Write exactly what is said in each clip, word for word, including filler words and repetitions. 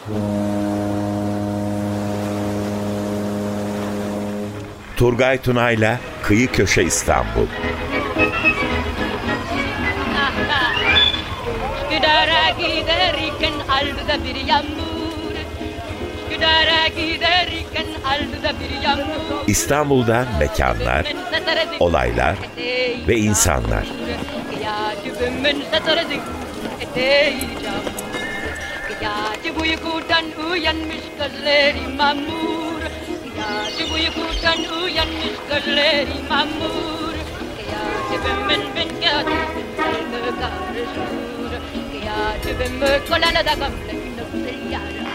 Turgay Tunay'la Kıyı Köşe İstanbul. Üsküdar'a giderken aldı bir yağmur. Üsküdar'a giderken aldı bir yağmur. İstanbul'da mekanlar, olaylar ve insanlar. Gece uykudan uyanmış gözleri mamur. Gece uykudan uyanmış gözleri mamur. Gece ben ben gece ben karışır. Gece ben kolana da gamle nefsi yara.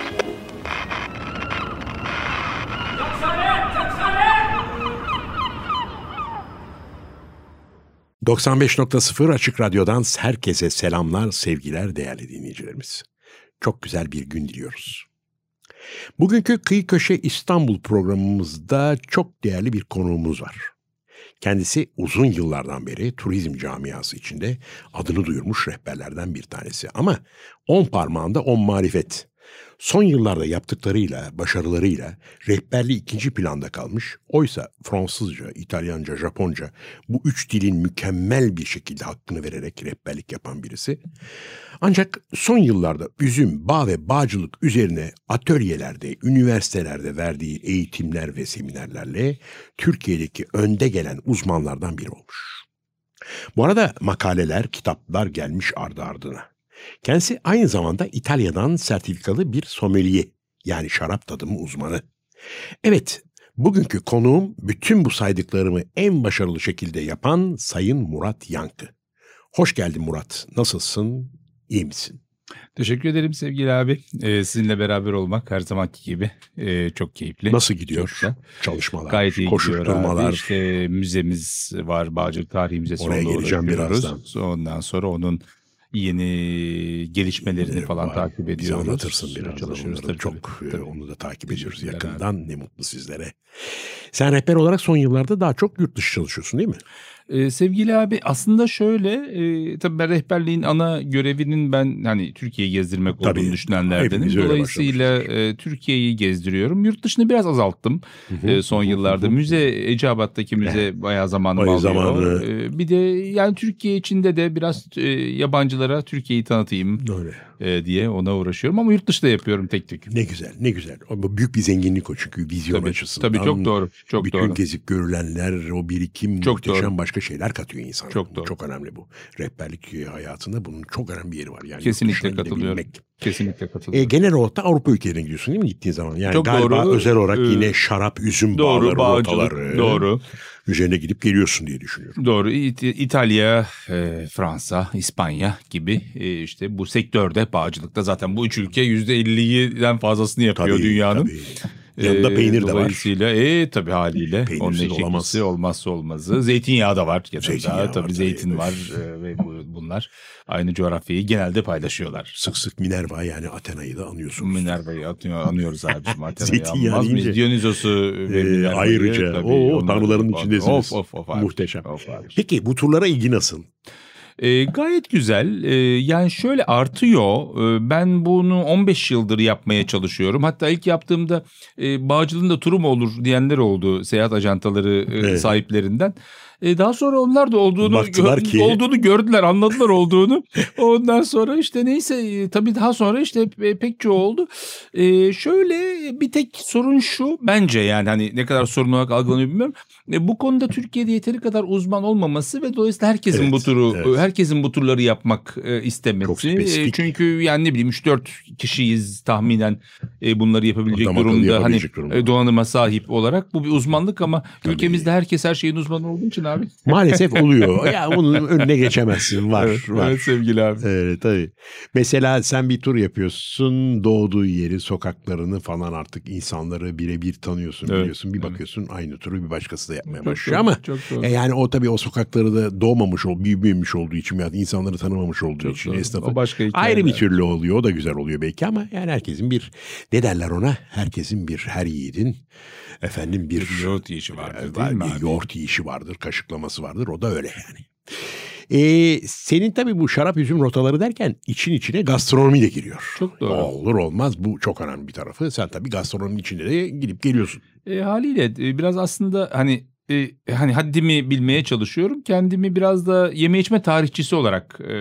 doksan beş nokta sıfır Açık Radyo'dan herkese selamlar, sevgiler değerli dinleyicilerimiz. Çok güzel bir gün diliyoruz. Bugünkü Kıyı Köşe İstanbul programımızda çok değerli bir konuğumuz var. Kendisi uzun yıllardan beri turizm camiası içinde adını duyurmuş rehberlerden bir tanesi. Ama on parmağında on marifet. Son yıllarda yaptıklarıyla, başarılarıyla rehberliği ikinci planda kalmış. Oysa Fransızca, İtalyanca, Japonca bu üç dilin mükemmel bir şekilde hakkını vererek rehberlik yapan birisi. Ancak son yıllarda üzüm, bağ ve bağcılık üzerine atölyelerde, üniversitelerde verdiği eğitimler ve seminerlerle Türkiye'deki önde gelen uzmanlardan biri olmuş. Bu arada makaleler, kitaplar gelmiş ardı ardına. Kendisi aynı zamanda İtalya'dan sertifikalı bir sommelier, yani şarap tadımı uzmanı. Evet, bugünkü konuğum bütün bu saydıklarımı en başarılı şekilde yapan Sayın Murat Yankı. Hoş geldin Murat, nasılsın, iyi misin? Teşekkür ederim sevgili abi. Ee, sizinle beraber olmak her zamanki gibi ee, çok keyifli. Nasıl gidiyor çalışmalar, gayet iyi koşuşturmalar? İşte müzemiz var, Bağcılık Tarihi Müzesi. Oraya geleceğim birazdan. Ondan sonra onun yeni gelişmelerini falan var. takip ediyoruz. Bize anlatırsın birazdan onları. Tabii, çok tabii. Onu da takip ediyoruz yakından. Ne mutlu sizlere. Sen rehber olarak son yıllarda daha çok yurt dışı çalışıyorsun değil mi? Ee, sevgili abi aslında şöyle e, tabii ben rehberliğin ana görevinin ben hani Türkiye'yi gezdirmek Tabii, olduğunu düşünenlerdenim. Dolayısıyla e, Türkiye'yi gezdiriyorum. Yurt dışını biraz azalttım hı hı, e, son hı, yıllarda. Hı, müze Eceabat'taki müze bayağı zamanımı alıyor. Zamanı... E, bir de yani Türkiye içinde de biraz e, yabancılara Türkiye'yi tanıtayım e, diye ona uğraşıyorum. Ama yurt dışı da yapıyorum tek tek. Ne güzel, ne güzel. O büyük bir zenginlik o çünkü vizyon tabii, açısından. Tabii çok doğru. Çok bütün doğru. gezip görülenler, o birikim çok muhteşem doğru. başka şeyler katıyor insana. Çok doğru. Çok önemli bu. Rehberlik hayatında bunun çok önemli bir yeri var. Yani kesinlikle katılıyorum. Kesinlikle katılıyorum. E, genel olarak da Avrupa ülkelerine gidiyorsun değil mi gittiğin zaman? Yani çok galiba doğru. özel olarak ee, yine şarap, üzüm doğru, bağları, bağcılık, rotaları. Doğru. Üzerine gidip geliyorsun diye düşünüyorum. Doğru. İt- İtalya, e, Fransa, İspanya gibi e, işte bu sektörde bağcılıkta zaten bu üç ülke yüzde elliden fazlasını yapıyor tabii, dünyanın. Tabii. Yanında peynir de var. Dolayısıyla e, tabii haliyle. Peynirsiz onun olamaz. Olmazsa olmazı. Zeytinyağı da var. Zeytinyağı tabii var, zeytin tabii. var e, ve bunlar aynı coğrafyayı genelde paylaşıyorlar. Sık sık Minerva yani Athena'yı da anıyorsunuz. Minerva'yı anıyoruz abicim. Zeytinyağı anmaz mıyız? Dionysos'u ve e, ayrıca. Tabii, o tanrıların içindesiniz. Of of of. Muhteşem. Of, Peki bu turlara ilgi nasıl? E, gayet güzel. E, yani şöyle artıyor. E, ben bunu on beş yıldır yapmaya çalışıyorum. Hatta ilk yaptığımda e, bağcılığın da turu mu olur diyenler oldu seyahat ajantaları e, evet. sahiplerinden. E, daha sonra onlar da olduğunu Baktılar ki... olduğunu gördüler, anladılar olduğunu. Ondan sonra işte neyse e, tabii daha sonra işte e, pek çoğu oldu. E, şöyle bir tek sorun şu bence yani hani ne kadar sorun olarak algılanıyor bilmiyorum. E, bu konuda Türkiye'de yeteri kadar uzman olmaması ve dolayısıyla herkesin evet, bu turu evet. herkesin bu turları yapmak e, istemesi. Çok spesifik. E, çünkü yani ne bileyim üç dört kişiyiz tahminen e, bunları yapabilecek Adam durumda. yapabilecek hani durumda. E, donanıma sahip olarak bu bir uzmanlık ama Tabii. ülkemizde herkes her şeyin uzmanı olduğu için abi. Maalesef oluyor. Ya bunun önüne geçemezsin. Var. Evet, var. evet sevgili abi. Evet tabii. Mesela sen bir tur yapıyorsun. Doğduğu yeri, sokaklarını falan artık insanları birebir tanıyorsun evet, biliyorsun. Bir evet. bakıyorsun aynı turu bir başkası da yapmaya Çok başlıyor doğru, ama çok doğru. E yani o tabii o sokakları da doğmamış, büyümemiş olduğu için ya insanları tanımamış olduğu Çok için doğru. esnafı O başka hikaye ayrı bir yani. türlü oluyor. O da güzel oluyor belki ama yani herkesin bir ne derler ona? Herkesin bir her yiğidin efendim bir Bir yoğurt yiyişi vardır e, değil mi bir abi? yoğurt yiyişi vardır, kaşıklaması vardır. O da öyle yani. Ee, senin tabii bu şarap üzüm rotaları derken için içine gastronomi de giriyor. Çok doğru. Olur olmaz bu çok önemli bir tarafı. Sen tabii gastronominin içinde de gidip geliyorsun. E, haliyle e, biraz aslında hani e, hani haddimi bilmeye çalışıyorum. Kendimi biraz da yeme içme tarihçisi olarak e,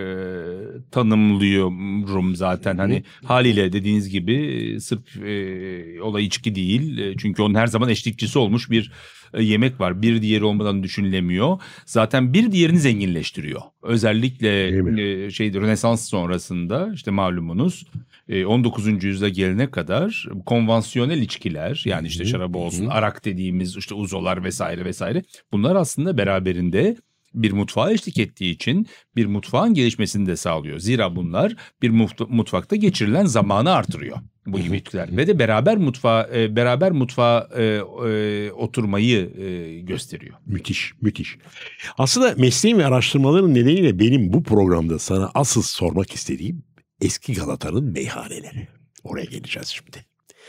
tanımlıyorum zaten. Hani haliyle dediğiniz gibi e, sırf e, olay içki değil. E, çünkü onun her zaman eşlikçisi olmuş bir e, yemek var. Bir diğeri olmadan düşünülemiyor. Zaten bir diğerini zenginleştiriyor. Özellikle e, şeydi Rönesans sonrasında işte malumunuz on dokuzuncu yüzyıla gelene kadar konvansiyonel içkiler yani işte şarabı olsun, arak dediğimiz işte uzolar vesaire vesaire bunlar aslında beraberinde bir mutfağa eşlik ettiği için bir mutfağın gelişmesini de sağlıyor. Zira bunlar bir mutfakta geçirilen zamanı artırıyor bu gibi içkiler ve de beraber mutfağa beraber mutfağa e, e, oturmayı e, gösteriyor. Müthiş, müthiş. Aslında mesleğim ve araştırmaların nedeniyle benim bu programda sana asıl sormak istediğim eski Galata'nın meyhaneleri. Oraya geleceğiz şimdi.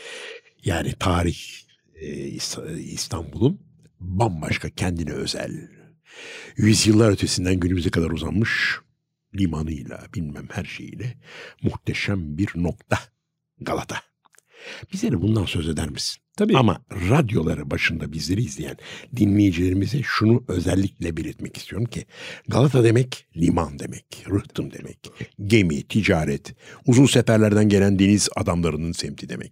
Yani tarih e, İstanbul'un bambaşka kendine özel, yüzyıllar ötesinden günümüze kadar uzanmış limanıyla bilmem her şeyiyle muhteşem bir nokta Galata. Bize de bundan söz eder misin? Tabii. Ama radyoları başında bizleri izleyen dinleyicilerimize şunu özellikle belirtmek istiyorum ki Galata demek liman demek, rıhtım demek, gemi, ticaret, uzun seferlerden gelen deniz adamlarının semti demek.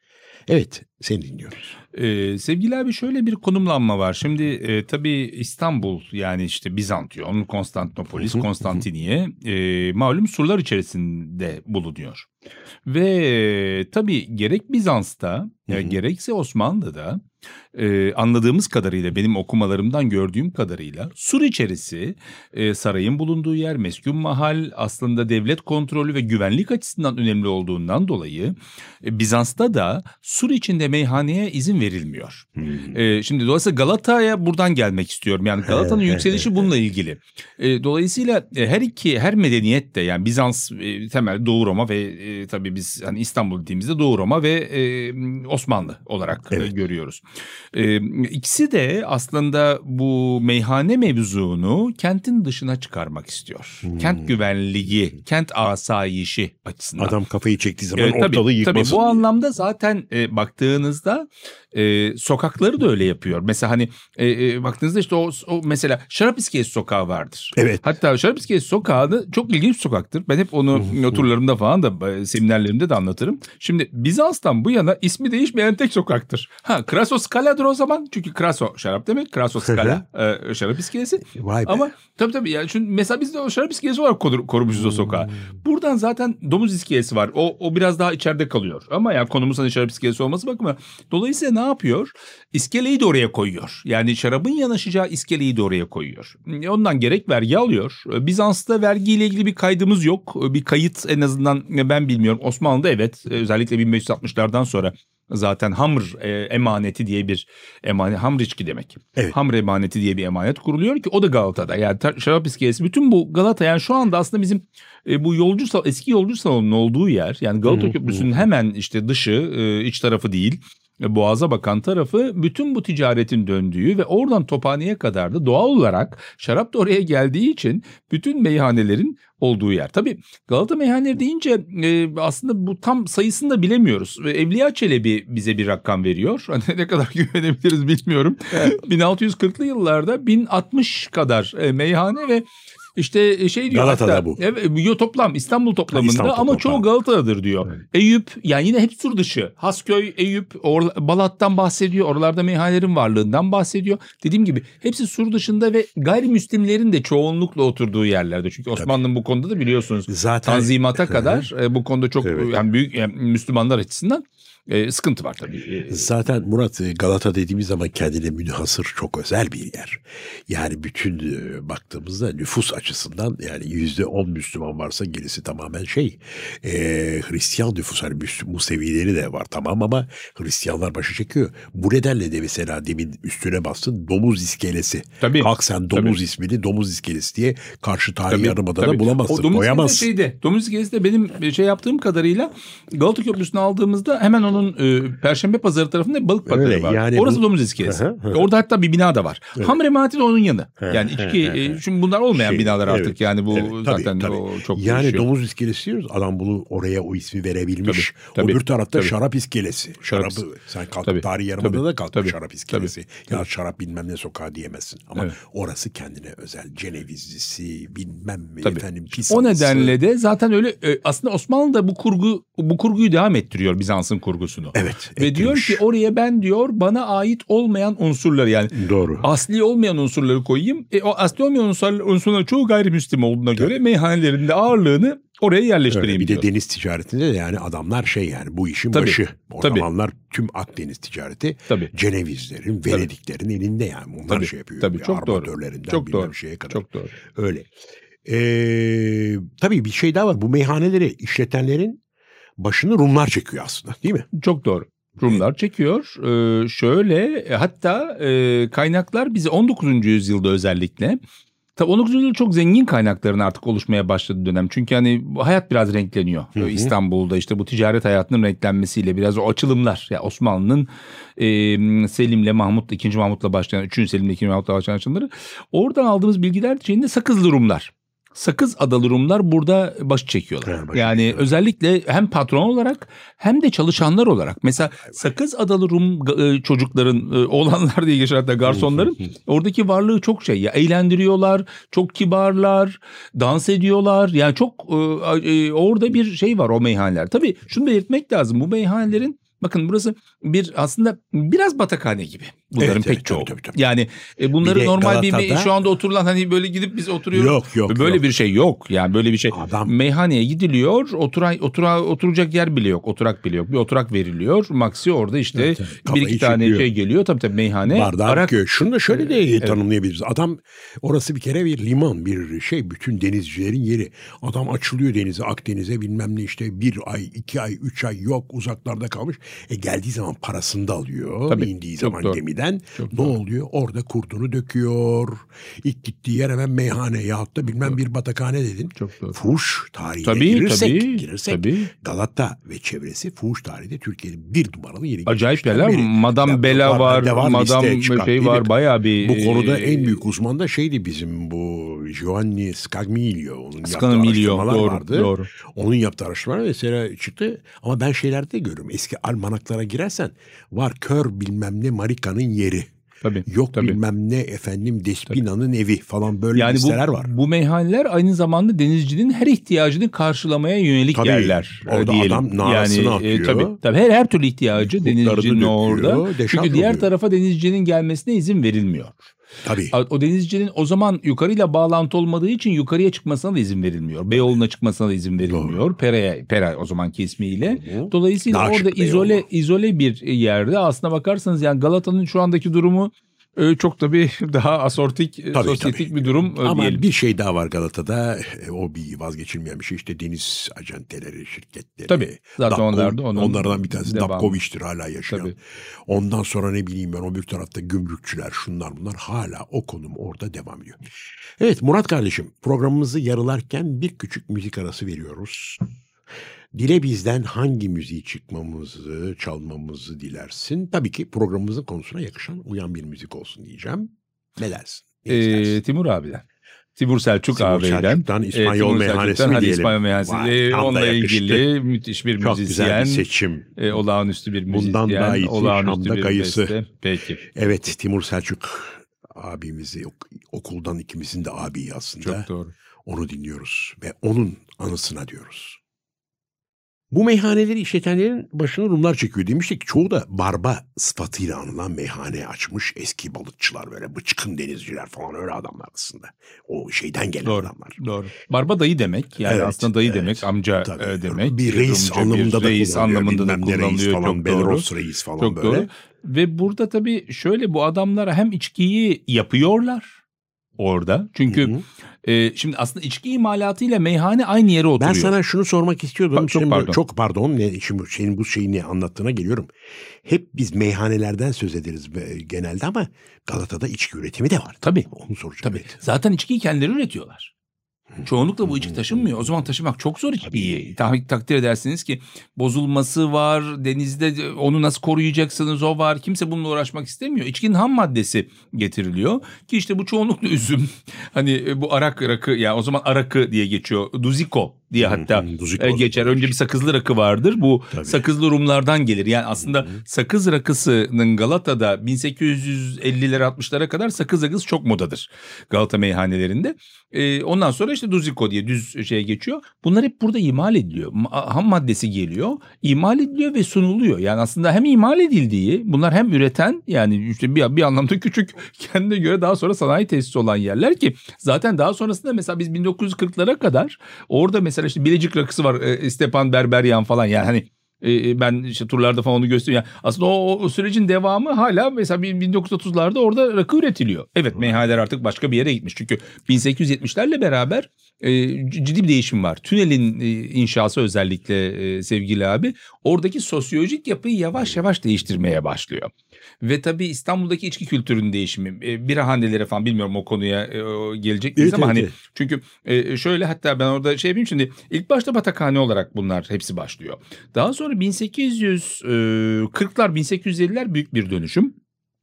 Evet, seni dinliyoruz. Ee, sevgili abi şöyle bir konumlanma var. Şimdi e, tabii İstanbul yani işte Bizantiyon, Konstantinopolis, Konstantiniye e, malum surlar içerisinde bulunuyor. Ve e, tabii gerek Bizans'ta e, gerekse Osmanlı'da e, anladığımız kadarıyla benim okumalarımdan gördüğüm kadarıyla sur içerisi e, sarayın bulunduğu yer, meskun mahal aslında devlet kontrolü ve güvenlik açısından önemli olduğundan dolayı e, Bizans'ta da sur içinde meyhaneye izin verilmiyor. Hmm. E, şimdi dolayısıyla Galata'ya buradan gelmek istiyorum. Yani Galata'nın yükselişi bununla ilgili. E, dolayısıyla e, her iki her medeniyet de yani Bizans e, temel Doğu Roma ve e, tabii biz hani İstanbul dediğimizde Doğu Roma ve e, Osmanlı olarak evet. e, görüyoruz. E, ikisi de aslında bu meyhane mevzunu kentin dışına çıkarmak istiyor. Hmm. Kent güvenliği, kent asayişi açısından. Adam kafayı çektiği zaman evet, ortalığı tabii, yıkmasın. Tabii bu anlamda zaten e, baktığınızda e, sokakları da öyle yapıyor. Mesela hani e, e, baktığınızda işte o, o mesela Şarap İskelesi sokağı vardır. Evet. Hatta Şarap İskelesi sokağı da çok ilginç bir sokaktır. Ben hep onu turlarımda falan da seminerlerimde de anlatırım. Şimdi Bizans'tan bu yana ismi değişmeyen tek sokaktır. Ha Kraso Skala'dır o zaman. Çünkü Kraso şarap demek. Kraso Skala e, şarap iskelesi. Vay be. Ama tabii tabii yani çünkü mesela biz de o şarap iskelesi olarak korumuşuz o sokağı. Buradan zaten domuz iskelesi var. O o biraz daha içeride kalıyor. Ama yani konumuz hani şarap iskelesi olması bakımından. Dolayısıyla ne yapıyor? İskeleyi de oraya koyuyor. Yani şarabın yanaşacağı iskeleyi de oraya koyuyor. Ondan gerek vergi alıyor. Bizans'ta vergiyle ilgili bir kaydımız yok. Bir kayıt en azından ben bilmiyorum. Osmanlı'da evet. Özellikle bin beş yüz altmışlardan sonra zaten hamr e, emaneti diye bir emanet, hamr içki demek. Evet. Hamr emaneti diye bir emanet kuruluyor ki o da Galata'da. Yani şarap iskelesi bütün bu Galata yani şu anda aslında bizim e, bu yolcu eski yolcu salonunun olduğu yer. Yani Galata Köprüsü'nün hemen işte dışı e, iç tarafı değil. Boğaz'a bakan tarafı bütün bu ticaretin döndüğü ve oradan Tophane'ye kadar da doğal olarak şarap da oraya geldiği için bütün meyhanelerin olduğu yer. Tabii Galata meyhaneleri deyince e, aslında bu tam sayısını da bilemiyoruz. Evliya Çelebi bize bir rakam veriyor. Hani ne kadar güvenebiliriz bilmiyorum. Evet. bin altı yüz kırklı yıllarda bin altmış kadar e, meyhane ve İşte şey diyor Galata'da hatta, bu. Evet, toplam İstanbul toplamında İstanbul ama toplam. çoğu Galata'dadır diyor. Evet. Eyüp yani yine hep sur dışı. Hasköy, Eyüp, Or- Balat'tan bahsediyor. Oralarda meyhanelerin varlığından bahsediyor. Dediğim gibi hepsi sur dışında ve gayrimüslimlerin de çoğunlukla oturduğu yerlerde. Çünkü Osmanlı'nın bu konuda da biliyorsunuz zaten Tanzimata kadar e, bu konuda çok evet. yani büyük yani Müslümanlar açısından E, sıkıntı var tabii. Zaten Murat Galata dediğimiz zaman kendine münhasır çok özel bir yer. Yani bütün e, baktığımızda nüfus açısından yani yüzde on Müslüman varsa gerisi tamamen şey e, Hristiyan nüfus. Hani Musevileri de var tamam ama Hristiyanlar başı çekiyor. Bu nedenle de mesela demin üstüne bastın domuz iskelesi. Tabii. Kalk sen domuz tabii. ismini domuz iskelesi diye karşı tarihi yarımada da bulamazsın. O domuz koyamazsın. Şeyde, domuz iskelesi de benim şey yaptığım kadarıyla Galata Köprüsü'nü aldığımızda hemen onun Metro'nun e, Perşembe Pazarı tarafında balık pazarı Öyle, var. yani Orası bu- domuz iskelesi. Hı hı, hı. Orada hatta bir bina da var. Evet. Hamremati de onun yanı. Hı, Yani hı, içki hı, e, hı. şimdi bunlar olmayan Şey, binalar artık. evet, Yani bu evet, tabii, zaten tabii. o çok Yani değişiyor. domuz iskelesi diyoruz. Adam bunu oraya o ismi verebilmiş. Tabii, Öbür tarafta tabii. şarap iskelesi. Şarap- Şarabı sen kalkıp Tabii, tarihi yarımada tabii, da kalkıp tabii, şarap iskelesi. tabii, Ya şarap bilmem ne sokağı diyemezsin. Ama Evet. orası kendine özel. Cenevizlisi bilmem mi Tabii. efendim pis O halısı. nedenle de zaten öyle e, aslında Osmanlı da bu kurgu bu kurguyu devam ettiriyor, Bizans'ın kurgusunu. Evet. Ve diyor ettirmiş. ki oraya ben diyor bana ait olmayan unsurları, yani Doğru. asli olmayan unsurları koyayım. E, o asli olmayan unsurlar, unsurlar çoğu gayrimüslim olduğuna göre meyhanelerin de ağırlığını oraya yerleştireyim Öyle, bir diyor. de deniz ticaretinde de yani adamlar şey yani bu işin Tabii, başı. O tabii. zamanlar tüm Akdeniz ticareti Tabii. Cenevizlerin, Venediklerin elinde yani. Bunlar Tabii, şey yapıyor. tabii, Bir çok doğru. armatörlerinden Çok bilmem doğru. şeye kadar. Çok doğru. Öyle. Ee, tabii bir şey daha var. Bu meyhaneleri işletenlerin başını Rumlar çekiyor aslında, değil mi? Çok doğru. Rumlar çekiyor. Ee, şöyle e, hatta e, kaynaklar bize on dokuzuncu yüzyılda özellikle, tabii on dokuzuncu yüzyılda çok zengin kaynakların artık oluşmaya başladığı dönem. Çünkü hani bu hayat biraz renkleniyor. Hı hı. İstanbul'da işte bu ticaret hayatının renklenmesiyle biraz o açılımlar. Ya Osmanlı'nın e, Selim'le Mahmut, ikinci Mahmut'la başlayan, üçüncü Selim'le ikinci Mahmut'la başlayan açılımları. Oradan aldığımız bilgiler şeyinde Sakızlı Rumlar. Sakız Adalı Rumlar burada başı çekiyorlar. Ha, başı yani çekiyorlar. özellikle hem patron olarak hem de çalışanlar olarak. Mesela Sakız Adalı Rum e, çocukların, e, oğlanlar diye geçer hatta garsonların oradaki varlığı çok şey. Ya eğlendiriyorlar, çok kibarlar, dans ediyorlar. Yani çok e, e, orada bir şey var o meyhaneler. Tabii şunu belirtmek lazım. Bu meyhanelerin, bakın burası bir aslında biraz batakhane gibi. Bunların Evet, pek evet, çoğu. tabii, tabii, tabii. Yani e, bunları Bir de normal bir Galata'da- şu anda oturulan hani böyle gidip biz oturuyoruz. Yok, yok, Böyle yok. bir şey yok. Yani böyle bir şey. Adam- Meyhaneye gidiliyor. Oturay, otura, oturacak yer bile yok. Oturak bile yok. Bir oturak veriliyor. Maksi orada işte Evet, evet. bir Kafayı iki tane çekiyor. şey geliyor. Tabii tabii meyhane. Bardağı arak- döküyor. Şunu da şöyle de Evet. tanımlayabiliriz. Adam orası bir kere bir liman, bir şey, bütün denizcilerin yeri. Adam açılıyor denize, Akdeniz'e bilmem ne işte bir ay, iki ay, üç ay yok uzaklarda kalmış. E geldiği zaman parasını da alıyor. Tabii, indiği çok zaman doğru. gemiden Çok ne doğru. oluyor? Orada kurtunu döküyor. İlk gittiği yer hemen meyhane yahut da bilmem bir batakhane dedin. Çok doğru. Fuhuş tarihine Tabii, girirsek, tabii, girirsek tabii. Galata ve çevresi fuhuş tarihinde Türkiye'nin bir numaralı yeri. Acayip geçmişten yerler. beri. Madame Ya, Bella var. bende Madame listeye çıkart, şey değil var. mi? Bayağı bir. Bu konuda e, en büyük uzman da şeydi bizim bu Giovanni Scagnillo. Onun yaptığı Scagnillo, araştırmalar doğru, vardı. doğru. Onun yaptığı araştırmalar mesela çıktı. Ama ben şeylerde görüyorum. Eski almanaklara girersen var kör bilmem ne Marika'nın yeri. Tabii. Yok tabii. bilmem ne efendim Despina'nın evi falan böyle Yani listeler bu, var. bu meyhaneler aynı zamanda denizcinin her ihtiyacını karşılamaya yönelik Tabii, yerler. e, orada diyelim. adam narasını yani, atıyor. tabii, tabii her, her türlü ihtiyacı Kurtlarını denizcinin döküyor, orada. deşarj Çünkü diğer oluyor. tarafa denizcinin gelmesine izin verilmiyor. Tabii. O denizcinin o zaman yukarıyla bağlantı olmadığı için yukarıya çıkmasına da izin verilmiyor. Beyoğlu'na çıkmasına da izin verilmiyor. Pera'ya, Pera o zamanki ismiyle. Hı. Dolayısıyla Daha orada şık izole Beyoğlu. izole bir yerde aslına bakarsanız yani Galata'nın şu andaki durumu e, çok tabii daha asortik, e, Tabii, sosyetik tabii. bir durum e, Ama diyelim. bir şey daha var Galata'da. E, O bir vazgeçilmeyen bir şey. İşte deniz acenteleri, şirketleri. Tabii, zaten Dabkov- onlar da onun onlardan bir tanesi devamı. Dabkoviç'tir hala yaşayan. Tabii. Ondan sonra ne bileyim ben öbür tarafta gümrükçüler şunlar bunlar hala o konum orada devam ediyor. Evet Murat kardeşim programımızı yarılarken bir küçük müzik arası veriyoruz. Dile bizden hangi müziği çıkmamızı, çalmamızı dilersin? Tabii ki programımızın konusuna yakışan uyan bir müzik olsun diyeceğim. Ne dersin? Ne Ee, istersin? Timur abiden. Timur Selçuk Timur ağabeyden. Selçuk'tan İspanyol Timur Meyhanesi Selçuk'tan, mi hadi diyelim? İspanyol Meyhanesi. Vay, Ee, tam da onunla yakıştı. ilgili müthiş bir Çok müzisyen. güzel bir seçim. E, olağanüstü bir müzisyen. Bundan daha iyisi olağanüstü Şam'da bir kayısı. beste. Peki. Evet Timur Selçuk abimizi ok- okuldan ikimizin de abi aslında. Çok doğru. Onu dinliyoruz ve onun anısına diyoruz. Bu meyhaneleri işletenlerin başını Rumlar çekiyor demiştik. Çoğu da barba sıfatıyla anılan meyhane açmış eski balıkçılar böyle bıçkın denizciler falan öyle adamlar aslında. O şeyden gelen Doğru. adamlar. Doğru. Barba dayı demek. Yani Evet, aslında dayı evet. demek, amca Tabii. e, demek. Bir reis Rumca anlamında bir da reis kullanılıyor. anlamında da Bilmem ne reis kullanılıyor. falan, Çok doğru. Belros reis falan Çok böyle. doğru. Ve burada tabii şöyle bu adamlar hem içkiyi yapıyorlar orada. Çünkü Hı hı. e, şimdi aslında içki imalatıyla meyhane aynı yere oturuyor. Ben sana şunu sormak istiyordum. Pa- çok Şimdi pardon. Çok pardon. Ne, şimdi senin bu şeyini anlattığına geliyorum. Hep biz meyhanelerden söz ederiz be- genelde ama Galata'da içki üretimi de var. Tabii. Onu soracağım. Tabii. Evet. Zaten içkiyi kendileri üretiyorlar. Çoğunlukla bu içki taşınmıyor. O zaman taşımak çok zor içkiyi. Tak- takdir edersiniz ki bozulması var. Denizde onu nasıl koruyacaksınız o var. Kimse bununla uğraşmak istemiyor. İçkinin ham maddesi getiriliyor. Ki işte bu çoğunlukla üzüm. Hani bu arak rakı yani o zaman arakı diye geçiyor. Duziko diye hatta Duziko. e, geçer. Önce bir sakızlı rakı vardır. Bu Tabii. sakızlı Rumlardan gelir. Yani aslında sakız rakısının Galata'da bin sekiz yüz ellilere altmışlara kadar sakız rakısı çok modadır. Galata meyhanelerinde. E, ondan sonra işte Duziko diye düz şeye geçiyor. Bunlar hep burada imal ediliyor. Ma- Ham maddesi geliyor. İmal ediliyor ve sunuluyor. Yani aslında hem imal edildiği bunlar hem üreten yani işte bir, bir anlamda küçük kendine göre daha sonra sanayi tesisi olan yerler ki zaten daha sonrasında mesela biz bin dokuz yüz kırklara kadar orada mesela işte Bilecik rakısı var. E, Stepan Berberyan falan yani hani e, ben işte turlarda falan onu gösteriyorum. Yani aslında o, o sürecin devamı hala mesela bin dokuz yüz otuzlarda orada rakı üretiliyor. Evet meyhaneler artık başka bir yere gitmiş. Çünkü bin sekiz yüz yetmişlerle beraber e, ciddi bir değişim var. Tünelin e, inşası özellikle e, sevgili abi oradaki sosyolojik yapıyı yavaş yavaş değiştirmeye başlıyor. Ve tabii İstanbul'daki içki kültürünün değişimi. E, birahanelere falan bilmiyorum o konuya e, gelecek miyiz Evet, ama evet, hani evet. çünkü e, şöyle hatta ben orada şey yapayım şimdi ilk başta batakhane olarak bunlar hepsi başlıyor. Daha sonra bin sekiz yüz kırklar bin sekiz yüz elliler büyük bir dönüşüm.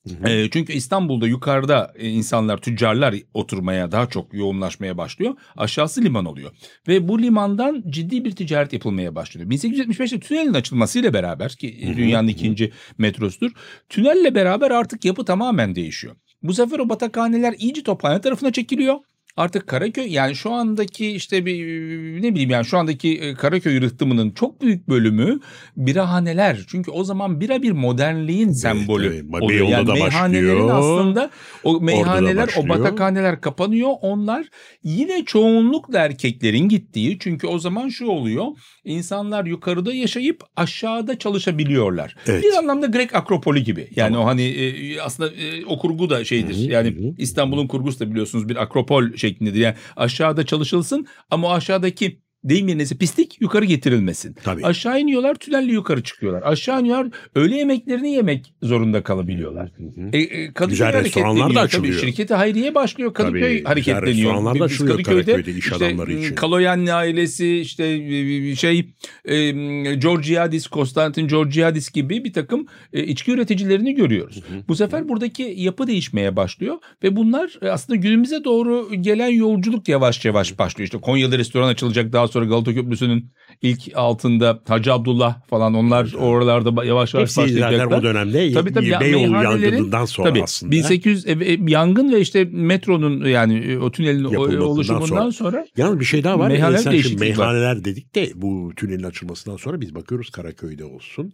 E, çünkü İstanbul'da yukarıda e, insanlar, tüccarlar oturmaya daha çok yoğunlaşmaya başlıyor. Aşağısı liman oluyor. Ve bu limandan ciddi bir ticaret yapılmaya başlıyor. bin sekiz yüz yetmiş beşte tünelin açılmasıyla beraber ki Hı hı, dünyanın hı. ikinci metrosudur. Tünelle beraber artık yapı tamamen değişiyor. Bu sefer o batakhaneler iyice tophane tarafına çekiliyor. Artık Karaköy yani şu andaki işte bir ne bileyim yani şu andaki Karaköy rıhtımının çok büyük bölümü birahaneler. Çünkü o zaman bira bir modernliğin sembolü evet. oluyor. Beyoğlu'da Yani da meyhanelerin başlıyor. aslında o meyhaneler o başlıyor. batakhaneler kapanıyor. Onlar yine çoğunlukla erkeklerin gittiği çünkü o zaman şu oluyor. İnsanlar yukarıda yaşayıp aşağıda çalışabiliyorlar. Evet. Bir anlamda Grek Akropolü gibi. Yani Tamam. o hani e, aslında e, o kurgu da şeydir. Hı hı, yani hı hı. İstanbul'un kurgusu da biliyorsunuz bir akropol şeklindedir. Yani aşağıda çalışılsın ama o aşağıdaki deyim yerine pislik yukarı getirilmesin. Tabii. Aşağı iniyorlar tünelle yukarı çıkıyorlar. Aşağı iniyorlar öğle yemeklerini yemek zorunda kalabiliyorlar. Hı hı. E, e, Kadıköy Güzel restoranlar da hareketleniyor. açılıyor. Tabii şirketi hayriye başlıyor. Kadıköy Tabii, güzel hareketleniyor. restoranlar da Biz açılıyor Karaköy'de iş işte, adamları için. Kaloyanni ailesi işte e, şey e, Georgiadis, Konstantin Georgiadis gibi bir takım e, içki üreticilerini görüyoruz. Hı hı. Bu sefer buradaki yapı değişmeye başlıyor ve bunlar e, aslında günümüze doğru gelen yolculuk yavaş yavaş başlıyor. İşte Konya'da restoran açılacak daha sonra Galata Köprüsü'nün ilk altında Hacı Abdullah falan onlar oralarda yavaş yavaş Hepsi zaten başlayacaklar. o dönemde Tabii, tabii, ya, Beyoğlu meyhanelerin- yangınından sonra Tabii aslında. bin sekiz yüz e, e, yangın ve işte metronun yani o tünelin o- Yapılmasından oluşumundan sonra, Yalnız bir şey daha var. Meyhaneler Ee, sen şimdi değişiklik var. meyhaneler dedik de bu tünelin açılmasından sonra biz bakıyoruz Karaköy'de olsun.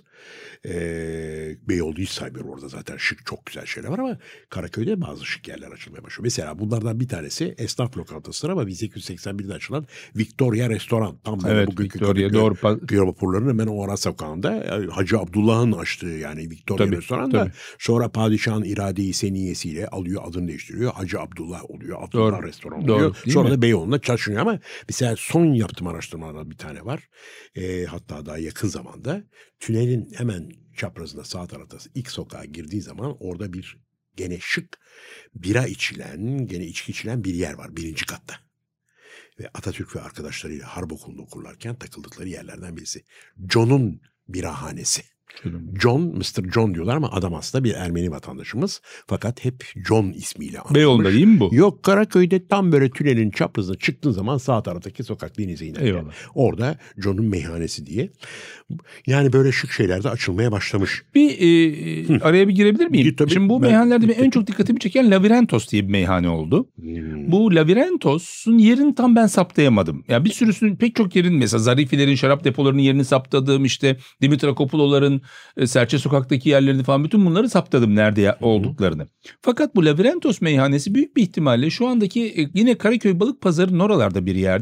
Ee, Beyoğlu hiç saymıyorum orada zaten şık çok güzel şeyler var ama Karaköy'de bazı şık yerler açılmaya başlıyor. Mesela bunlardan bir tanesi esnaf lokantası ama bin sekiz yüz seksen birde açılan Victoria Restoran. Tam böyle evet bugünkü Victoria Kadıköy doğru pa- Piyavapurların hemen o ara sokağında yani Hacı Abdullah'ın açtığı yani Victoria Tabii, Restoran da tabii. sonra padişahın irade-i seniyesiyle alıyor adını değiştiriyor. Hacı Abdullah oluyor. Abdullah Doğru, Restoran doğru, oluyor. değil Sonra mi? da Beyoğlu'nda çalışıyor ama mesela son yaptığım araştırmalardan bir tane var. Ee, hatta daha yakın zamanda tünelin hemen çaprazında sağ tarafta ilk sokağa girdiği zaman orada bir gene şık bira içilen, gene içki içilen bir yer var birinci katta. Ve Atatürk ve arkadaşlarıyla harp okulunda okurlarken takıldıkları yerlerden birisi. John'un birahanesi. John, mister John diyorlar ama adam aslında bir Ermeni vatandaşımız. Fakat hep John ismiyle anılmış. Beyoğlu'nda değil mi bu? Yok, Karaköy'de tam böyle tünelin çaprazına çıktığın zaman sağ taraftaki sokak denize inerken. Eyvallah. Orada John'un meyhanesi diye. Yani böyle şık şeyler de açılmaya başlamış. Bir e, araya bir girebilir miyim? Gir tabii. Şimdi bu Ben- meyhanelerde benim en çok dikkatimi çeken Lavirentos diye bir meyhane oldu. Hmm. Bu Lavirentos'un yerini tam ben saptayamadım. Ya bir sürüsünün pek çok yerin mesela Zarifilerin şarap depolarının yerini saptadım. İşte Dimitrakopuloların e, Serçe Sokak'taki yerlerini falan bütün bunları saptadım nerede ya, olduklarını. Fakat bu Lavirentos meyhanesi büyük bir ihtimalle şu andaki e, yine Karaköy Balık Pazarı'nın oralarda bir yerde ve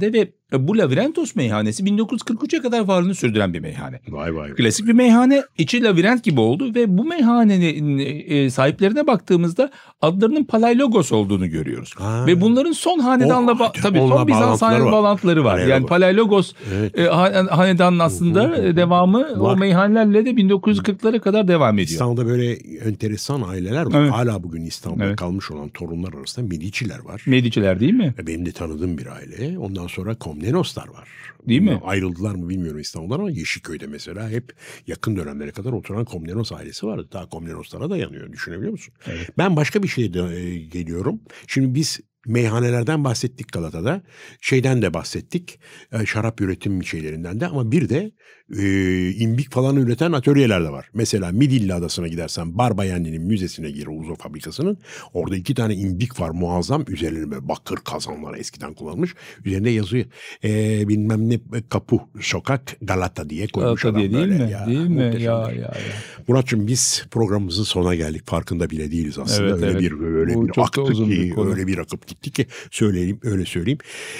E, Bu Lavirentos meyhanesi bin dokuz yüz kırk üçe kadar varlığını sürdüren bir meyhane. Vay vay. Klasik bir meyhane, içi labirent gibi oldu ve bu meyhanenin e, sahiplerine baktığımızda adlarının Palaiologos olduğunu görüyoruz. Ha. Ve bunların son hanedanla O- ba- tabii onunla son Bizans bağlantıları hane var. bağlantıları var. Palaiologos. Yani Palaiologos Evet. e, ha- hanedanın aslında e, devamı Var. o meyhanelerle de bin dokuz yüz kırklara kadar devam ediyor. İstanbul'da böyle enteresan aileler var. Evet. Hala bugün İstanbul'da Evet. kalmış olan torunlar arasında Medici'ler var. Mediciler değil mi? Ve benim de tanıdığım bir aile. Ondan sonra Komnenoslar var. Değil mi? Bilmiyorum, ayrıldılar mı bilmiyorum İstanbul'dan ama Yeşilköy'de mesela hep yakın dönemlere kadar oturan Komnenos ailesi vardı. Daha Komnenoslara dayanıyor. Düşünebiliyor musun? Evet. Ben başka bir şeye de e, geliyorum. Şimdi biz meyhanelerden bahsettik Galata'da. Şeyden de bahsettik. E, şarap üretim şeylerinden de ama bir de e, imbik falan üreten atölyeler de var. Mesela Midilli Adası'na gidersen Barbayenli'nin müzesine gir, Uzo fabrikasının. Orada iki tane imbik var muazzam. Üzerine böyle bakır kazanlar eskiden kullanılmış. Üzerinde yazıyor. E, bilmem ne Kapı Sokak Galata diye koymuş Galata adam diye değil böyle. mi? Ya, Değil mi? muhteşemdir. Ya ya ya. Muratçım biz programımızın sonuna geldik. Farkında bile değiliz aslında. Evet, öyle evet. bir öyle Bu bir çok da aktık uzun bir ki, konu. öyle bir akıp gitti ki söyleyeyim, öyle söyleyeyim.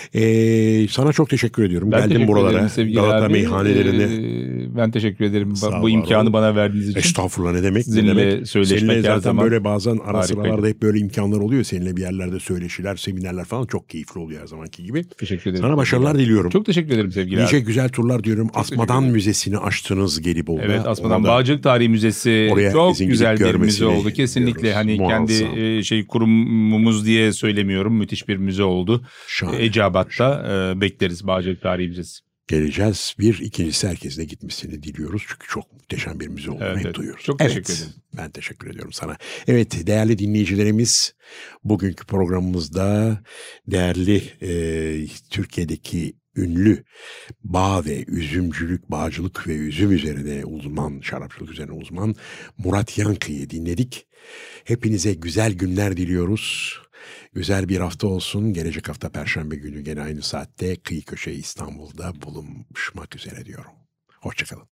Ee, sana çok teşekkür ediyorum. Ben Geldim teşekkür buralara. ederim sevgili Galata abi. meyhanelerine. Ee, ben teşekkür ederim Sağ bu ol, imkanı var bana verdiğiniz için. Estağfurullah ne demek? Ne Sizinle demek? söyleşmek Seninle her zaten zaman böyle bazen ara harikaydı. sıralarda hep böyle imkanlar oluyor. Seninle bir yerlerde söyleşiler, seminerler falan çok keyifli oluyor her zamanki gibi. Teşekkür ederim. Sana başarılar diliyorum. Çok teşekkür ederim sevgili Nice abi. güzel turlar diyorum. teşekkür Asmadan ederim. Müzesi'ni açtınız Gelibolu'da. Evet, Asmadan Ona da- Bağcılık Tarihi Müzesi Oraya çok herkesin güzel gidip bir müze görmesini oldu. Kesinlikle diyoruz. hani Muazzam. kendi e, şey kurumumuz diye söylemiyorum. Müthiş bir müze oldu. Şahane. Ecabat'ta e, bekleriz Bağcılık Tarihi Müzesi. Geleceğiz. Bir, ikincisi herkesle gitmesini diliyoruz. Çünkü çok muhteşem bir müze olduğunu Evet, hep evet. duyuyoruz. Çok teşekkür ederim. Ben teşekkür ediyorum sana. Evet değerli dinleyicilerimiz bugünkü programımızda değerli e, Türkiye'deki ünlü bağ ve üzümcülük, bağcılık ve üzüm üzerine uzman, şarapçılık üzerine uzman Murat Yankı'yı dinledik. Hepinize güzel günler diliyoruz. Güzel bir hafta olsun. Gelecek hafta Perşembe günü gene aynı saatte Kıyı Köşe İstanbul'da buluşmak üzere diyorum. Hoşçakalın.